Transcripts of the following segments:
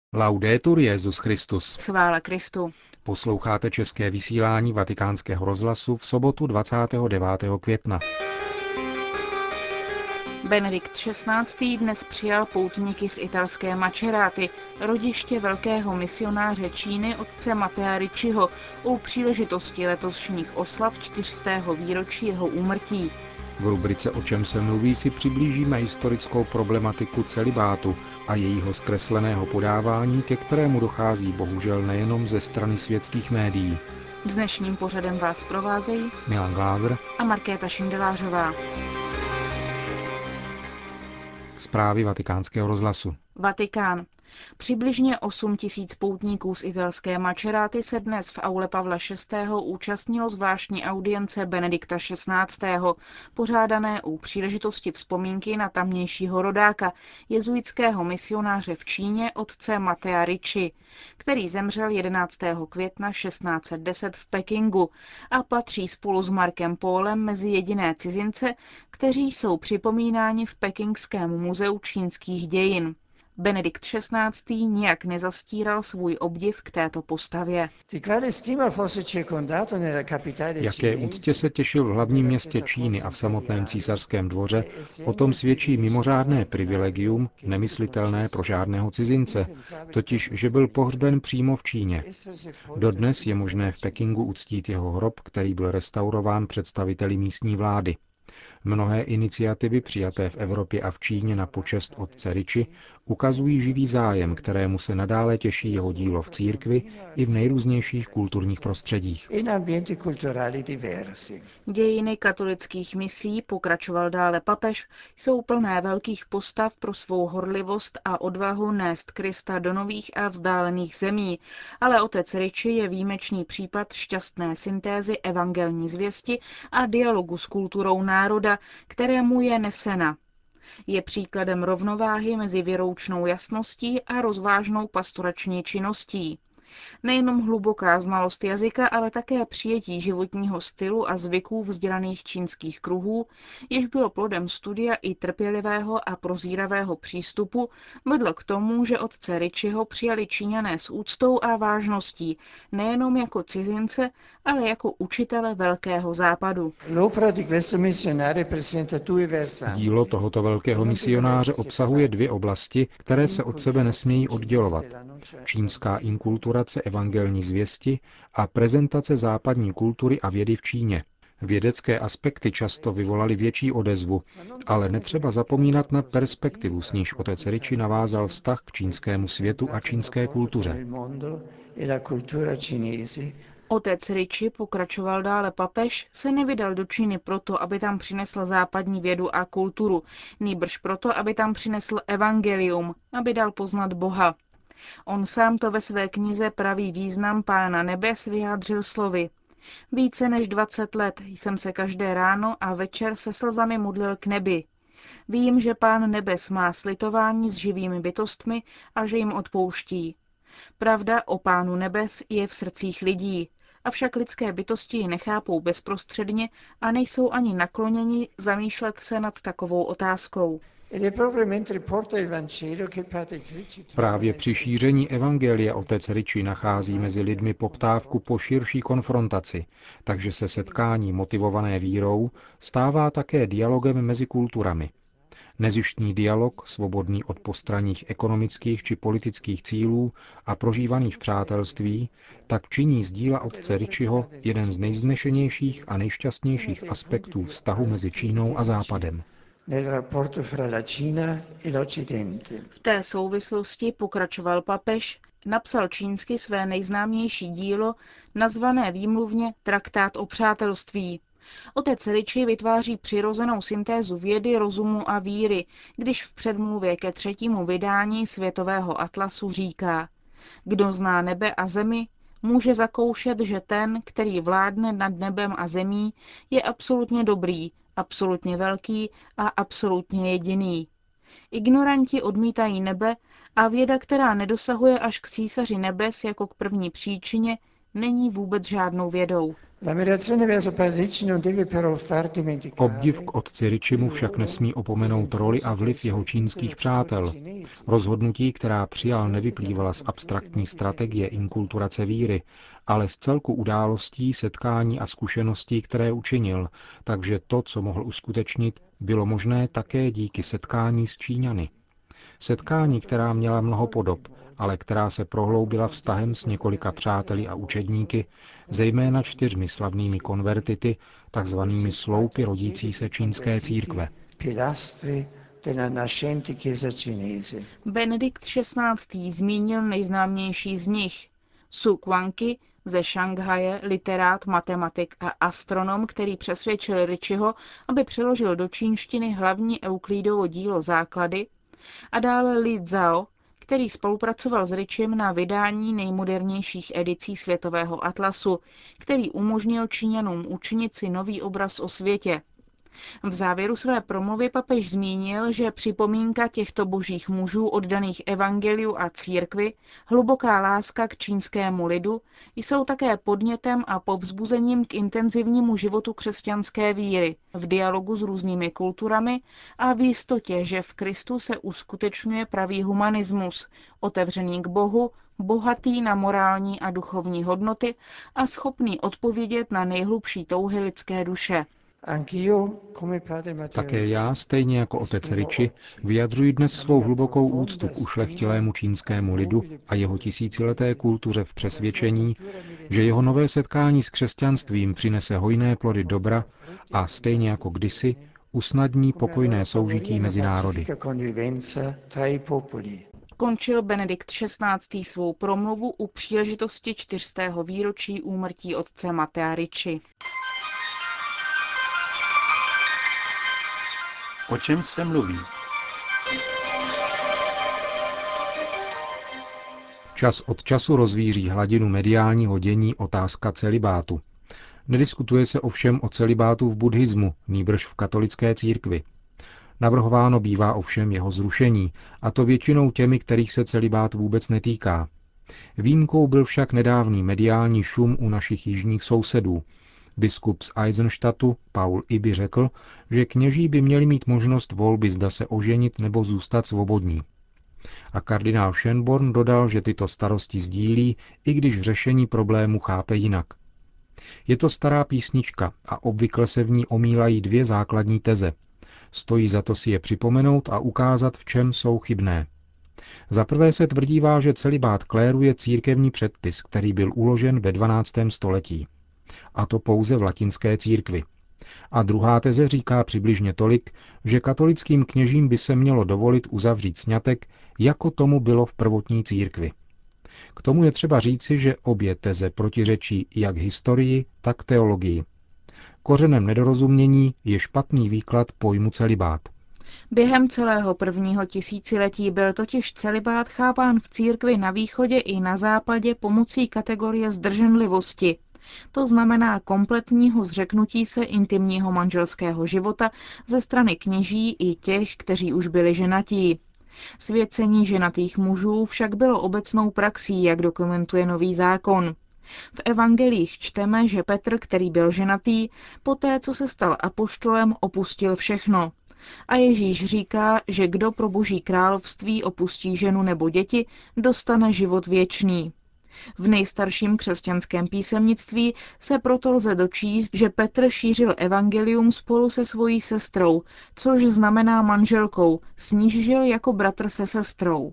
Laudetur Jesus Christus. Chvála Kristu. Posloucháte české vysílání Vatikánského rozhlasu v sobotu 29. května. Benedikt XVI. Dnes přijal poutníky z italské Maceráty, rodiště velkého misionáře Číny otce Mattea Ricciho, u příležitosti letošních oslav 400. výročí jeho úmrtí. V rubrice O čem se mluví si přiblížíme historickou problematiku celibátu a jejího zkresleného podávání, ke kterému dochází bohužel nejenom ze strany světských médií. Dnešním pořadem vás provázejí Milan Glázer a Markéta Šindelářová. Zprávy Vatikánského rozhlasu. Vatikán. Přibližně 8 000 poutníků z italské Maceráty se dnes v aule Pavla VI. Účastnilo zvláštní audience Benedikta XVI., pořádané u příležitosti vzpomínky na tamnějšího rodáka, jezuitského misionáře v Číně otce Mattea Ricci, který zemřel 11. května 1610 v Pekingu a patří spolu s Markem Pólem mezi jediné cizince, kteří jsou připomínáni v Pekingském muzeu čínských dějin. Benedikt XVI. Nijak nezastíral svůj obdiv k této postavě. Jaké úctě se těšil v hlavním městě Číny a v samotném císařském dvoře, o tom svědčí mimořádné privilegium, nemyslitelné pro žádného cizince, totiž, že byl pohřben přímo v Číně. Dodnes je možné v Pekingu uctít jeho hrob, který byl restaurován představiteli místní vlády. Mnohé iniciativy přijaté v Evropě a v Číně na počest otce Ricci ukazují živý zájem, kterému se nadále těší jeho dílo v církvi i v nejrůznějších kulturních prostředích. Dějiny katolických misí, pokračoval dále papež, jsou plné velkých postav pro svou horlivost a odvahu nést Krista do nových a vzdálených zemí, ale otec Ricci je výjimečný případ šťastné syntézy evangelní zvěsti a dialogu s kulturou národa, kterému je nesena. Je příkladem rovnováhy mezi věroučnou jasností a rozvážnou pastorační činností. Nejenom hluboká znalost jazyka, ale také přijetí životního stylu a zvyků vzdělaných čínských kruhů, jež bylo plodem studia i trpělivého a prozíravého přístupu, vedlo k tomu, že otce Ricciho přijali Číňané s úctou a vážností, nejenom jako cizince, ale jako učitele Velkého západu. Dílo tohoto velkého misionáře obsahuje dvě oblasti, které se od sebe nesmějí oddělovat. Čínská inkulturace evangelní zvěsti a prezentace západní kultury a vědy v Číně. Vědecké aspekty často vyvolaly větší odezvu, ale netřeba zapomínat na perspektivu, s níž otec Ricci navázal vztah k čínskému světu a čínské kultuře. Otec Ricci, pokračoval dále papež, se nevydal do Číny proto, aby tam přinesl západní vědu a kulturu, nýbrž proto, aby tam přinesl evangelium, aby dal poznat Boha. On sám to ve své knize Pravý význam Pána nebes vyjádřil slovy. Více než 20 let jsem se každé ráno a večer se slzami modlil k nebi. Vím, že Pán nebes má slitování s živými bytostmi a že jim odpouští. Pravda o Pánu nebes je v srdcích lidí, avšak lidské bytosti ji nechápou bezprostředně a nejsou ani nakloněni zamýšlet se nad takovou otázkou. Právě při šíření evangelia otec Ricci nachází mezi lidmi poptávku po širší konfrontaci, takže se setkání motivované vírou stává také dialogem mezi kulturami. Nezištný dialog, svobodný od postranních ekonomických či politických cílů a prožívaný v přátelství, tak činí z díla otce Ricciho jeden z nejvznešenějších a nejšťastnějších aspektů vztahu mezi Čínou a Západem. V té souvislosti, pokračoval papež, napsal čínsky své nejznámější dílo, nazvané výmluvně Traktát o přátelství. Otec Ricci vytváří přirozenou syntézu vědy, rozumu a víry, když v předmluvě ke 3. vydání Světového atlasu říká: Kdo zná nebe a zemi, může zakoušet, že ten, který vládne nad nebem a zemí, je absolutně dobrý, absolutně velký a absolutně jediný. Ignoranti odmítají nebe a věda, která nedosahuje až k císaři nebes jako k první příčině, není vůbec žádnou vědou. Obdiv k otci Richimu však nesmí opomenout roli a vliv jeho čínských přátel. Rozhodnutí, která přijal, nevyplývala z abstraktní strategie inkulturace víry, ale z celku událostí, setkání a zkušeností, které učinil, takže to, co mohl uskutečnit, bylo možné také díky setkání s Číňany. Setkání, která měla mnoho podob, ale která se prohloubila vztahem s několika přáteli a učedníky, zejména 4 slavnými konvertity, takzvanými sloupy rodící se čínské církve. Benedikt XVI. Zmínil nejznámější z nich. Su Quanqi ze Šanghaje, literát, matematik a astronom, který přesvědčil Richiho, aby přeložil do čínštiny hlavní Euklidovo dílo Základy, a dále Li Zhao, který spolupracoval s Richiem na vydání nejmodernějších edicí Světového atlasu, který umožnil Číňanům učinit si nový obraz o světě. V závěru své promluvy papež zmínil, že připomínka těchto božích mužů oddaných evangeliu a církvi, hluboká láska k čínskému lidu, jsou také podnětem a povzbuzením k intenzivnímu životu křesťanské víry, v dialogu s různými kulturami a v jistotě, že v Kristu se uskutečňuje pravý humanismus, otevřený k Bohu, bohatý na morální a duchovní hodnoty a schopný odpovědět na nejhlubší touhy lidské duše. Také já, stejně jako otec Richi, vyjadřuji dnes svou hlubokou úctu k ušlechtilému čínskému lidu a jeho tisícileté kultuře v přesvědčení, že jeho nové setkání s křesťanstvím přinese hojné plody dobra a, stejně jako kdysi, usnadní pokojné soužití mezi národy. Končil Benedikt XVI. Svou promluvu u příležitosti 400. výročí úmrtí otce Matea Ricci. O čem se mluví? Čas od času rozvíří hladinu mediálního dění otázka celibátu. Nediskutuje se ovšem o celibátu v buddhismu, nýbrž v katolické církvi. Navrhováno bývá ovšem jeho zrušení, a to většinou těmi, kterých se celibát vůbec netýká. Výjimkou byl však nedávný mediální šum u našich jižních sousedů. Biskup z Eisenstadtu Paul Ibi řekl, že kněží by měli mít možnost volby, zda se oženit nebo zůstat svobodní. A kardinál Schönborn dodal, že tyto starosti sdílí, i když řešení problému chápe jinak. Je to stará písnička a obvykle se v ní omílají 2 základní teze. Stojí za to si je připomenout a ukázat, v čem jsou chybné. Za prvé se tvrdívá, že celibát kléru je církevní předpis, který byl uložen ve 12. století. A to pouze v latinské církvi. A druhá teze říká přibližně tolik, že katolickým kněžím by se mělo dovolit uzavřít sňatek, jako tomu bylo v prvotní církvi. K tomu je třeba říci, že obě teze protiřečí jak historii, tak teologii. Kořenem nedorozumění je špatný výklad pojmu celibát. Během celého prvního tisíciletí byl totiž celibát chápán v církvi na východě i na západě pomocí kategorie zdrženlivosti. To znamená kompletního zřeknutí se intimního manželského života ze strany kněží i těch, kteří už byli ženatí. Svěcení ženatých mužů však bylo obecnou praxí, jak dokumentuje Nový zákon. V evangelích čteme, že Petr, který byl ženatý, poté, co se stal apoštolem, opustil všechno. A Ježíš říká, že kdo pro Boží království opustí ženu nebo děti, dostane život věčný. V nejstarším křesťanském písemnictví se proto lze dočíst, že Petr šířil evangelium spolu se svojí sestrou, což znamená manželkou, s níž žil jako bratr se sestrou.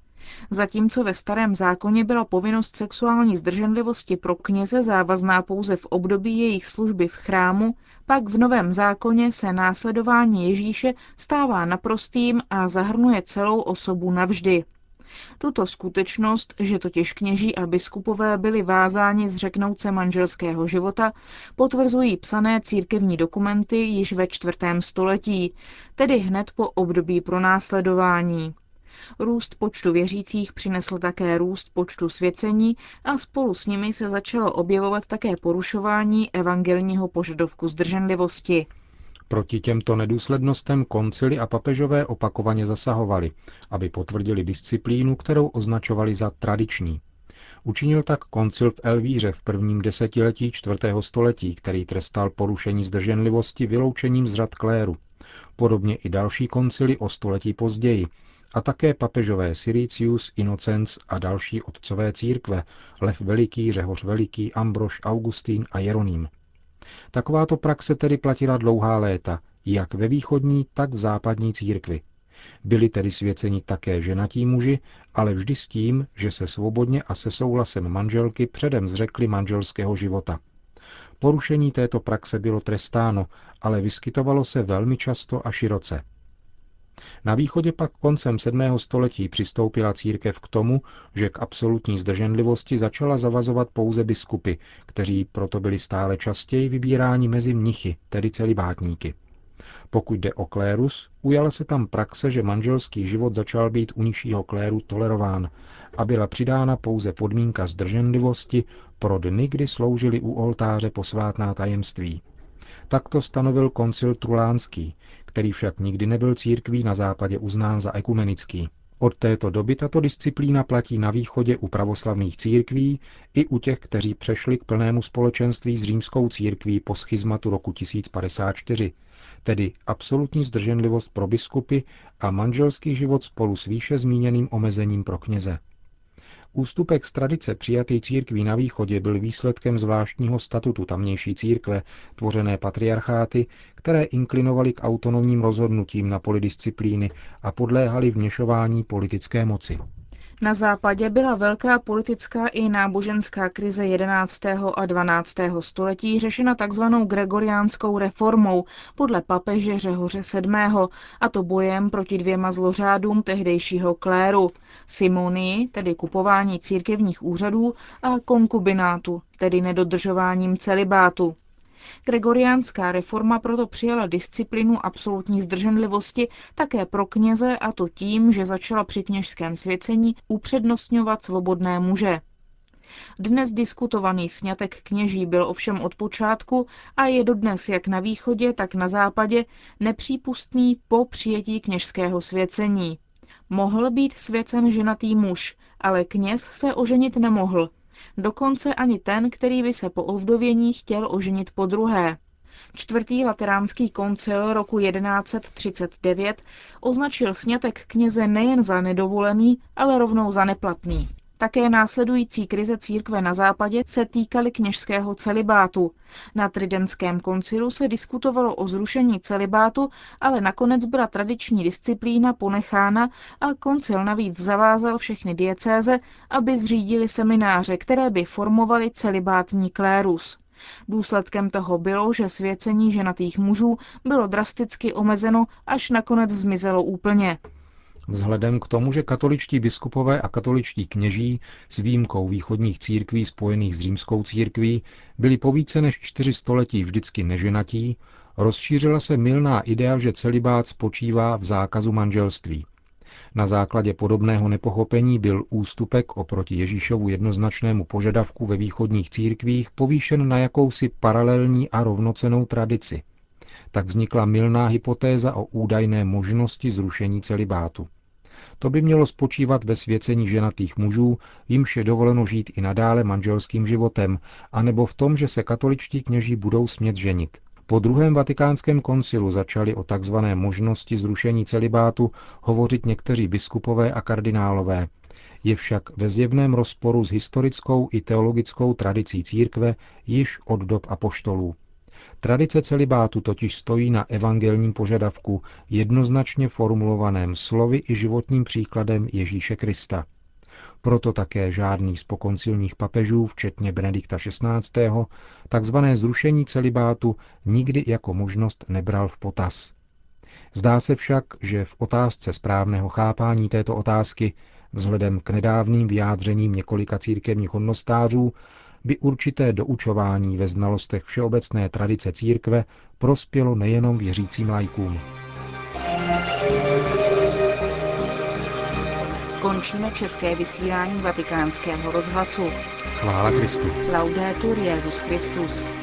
Zatímco ve Starém zákoně byla povinnost sexuální zdrženlivosti pro kněze závazná pouze v období jejich služby v chrámu, pak v Novém zákoně se následování Ježíše stává naprostým a zahrnuje celou osobu navždy. Tuto skutečnost, že totiž kněží a biskupové byli vázáni zřeknout se manželského života, potvrzují psané církevní dokumenty již ve 4. století, tedy hned po období pronásledování. Růst počtu věřících přinesl také růst počtu svěcení a spolu s nimi se začalo objevovat také porušování evangelního požadavku zdrženlivosti. Proti těmto nedůslednostem koncily a papežové opakovaně zasahovali, aby potvrdili disciplínu, kterou označovali za tradiční. Učinil tak koncil v Elvíře v prvním desetiletí 4. století, který trestal porušení zdrženlivosti vyloučením z řad kléru. Podobně i další koncily o století později, a také papežové Siricius, Inocenc a další otcové církve, Lev Veliký, Řehoř Veliký, Ambrož, Augustín a Jeroným. Takováto praxe tedy platila dlouhá léta, jak ve východní, tak v západní církvi. Byli tedy svěceni také ženatí muži, ale vždy s tím, že se svobodně a se souhlasem manželky předem zřekli manželského života. Porušení této praxe bylo trestáno, ale vyskytovalo se velmi často a široce. Na východě pak koncem 7. století přistoupila církev k tomu, že k absolutní zdrženlivosti začala zavazovat pouze biskupy, kteří proto byli stále častěji vybíráni mezi mnichy, tedy celibátníky. Pokud jde o klérus, ujala se tam praxe, že manželský život začal být u nižšího kléru tolerován a byla přidána pouze podmínka zdrženlivosti pro dny, kdy sloužili u oltáře posvátná tajemství. Tak to stanovil koncil Trulánský, který však nikdy nebyl církví na západě uznán za ekumenický. Od této doby tato disciplína platí na východě u pravoslavných církví i u těch, kteří přešli k plnému společenství s římskou církví po schizmatu roku 1054, tedy absolutní zdrženlivost pro biskupy a manželský život spolu s výše zmíněným omezením pro kněze. Ústupek z tradice přijatý církví na východě byl výsledkem zvláštního statutu tamnější církve, tvořené patriarcháty, které inklinovaly k autonomním rozhodnutím na poli disciplíny a podléhaly vměšování politické moci. Na západě byla velká politická i náboženská krize 11. a 12. století řešena takzvanou gregoriánskou reformou podle papeže Řehoře VII., a to bojem proti dvěma zlořádům tehdejšího kléru, simonii, tedy kupování církevních úřadů, a konkubinátu, tedy nedodržováním celibátu. Gregoriánská reforma proto přijala disciplínu absolutní zdrženlivosti také pro kněze, a to tím, že začala při kněžském svěcení upřednostňovat svobodné muže. Dnes diskutovaný sňatek kněží byl ovšem od počátku a je dodnes jak na východě, tak na západě nepřípustný po přijetí kněžského svěcení. Mohl být svěcen ženatý muž, ale kněz se oženit nemohl. Dokonce ani ten, který by se po ovdovění chtěl oženit podruhé. Čtvrtý lateránský koncil roku 1139 označil sňatek kněze nejen za nedovolený, ale rovnou za neplatný. Také následující krize církve na západě se týkaly kněžského celibátu. Na Tridentském koncilu se diskutovalo o zrušení celibátu, ale nakonec byla tradiční disciplína ponechána a koncil navíc zavázal všechny diecéze, aby zřídili semináře, které by formovaly celibátní klérus. Důsledkem toho bylo, že svěcení ženatých mužů bylo drasticky omezeno, až nakonec zmizelo úplně. Vzhledem k tomu, že katoličtí biskupové a katoličtí kněží s výjimkou východních církví spojených s římskou církví byli po více než 4 století vždycky neženatí, rozšířila se mylná idea, že celibát spočívá v zákazu manželství. Na základě podobného nepochopení byl ústupek oproti Ježíšovu jednoznačnému požadavku ve východních církvích povýšen na jakousi paralelní a rovnocennou tradici. Tak vznikla mylná hypotéza o údajné možnosti zrušení celibátu. To by mělo spočívat ve svěcení ženatých mužů, jimž je dovoleno žít i nadále manželským životem, anebo v tom, že se katoličtí kněží budou smět ženit. Po druhém vatikánském koncilu začali o takzvané možnosti zrušení celibátu hovořit někteří biskupové a kardinálové. Je však ve zjevném rozporu s historickou i teologickou tradicí církve již od dob apoštolů. Tradice celibátu totiž stojí na evangelním požadavku, jednoznačně formulovaném slovy i životním příkladem Ježíše Krista. Proto také žádný z pokoncilních papežů, včetně Benedikta XVI., takzvané zrušení celibátu nikdy jako možnost nebral v potaz. Zdá se však, že v otázce správného chápání této otázky, vzhledem k nedávným vyjádřením několika církevních hodnostářů, by určité doučování ve znalostech všeobecné tradice církve prospělo nejenom věřícím laikům. Končíme české vysílání Vatikánského rozhlasu. Chvála Kristu. Laudetur Jesus Christus.